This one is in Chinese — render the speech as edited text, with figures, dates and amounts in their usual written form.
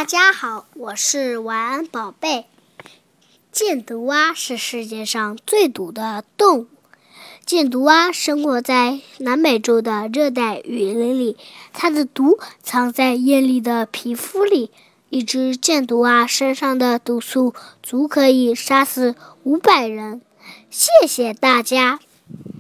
大家好，我是晚安宝贝。箭毒蛙是世界上最毒的动物。箭毒蛙生活在南美洲的热带雨林里，它的毒藏在艳丽的皮肤里。一只箭毒蛙身上的毒素足可以杀死500人。谢谢大家。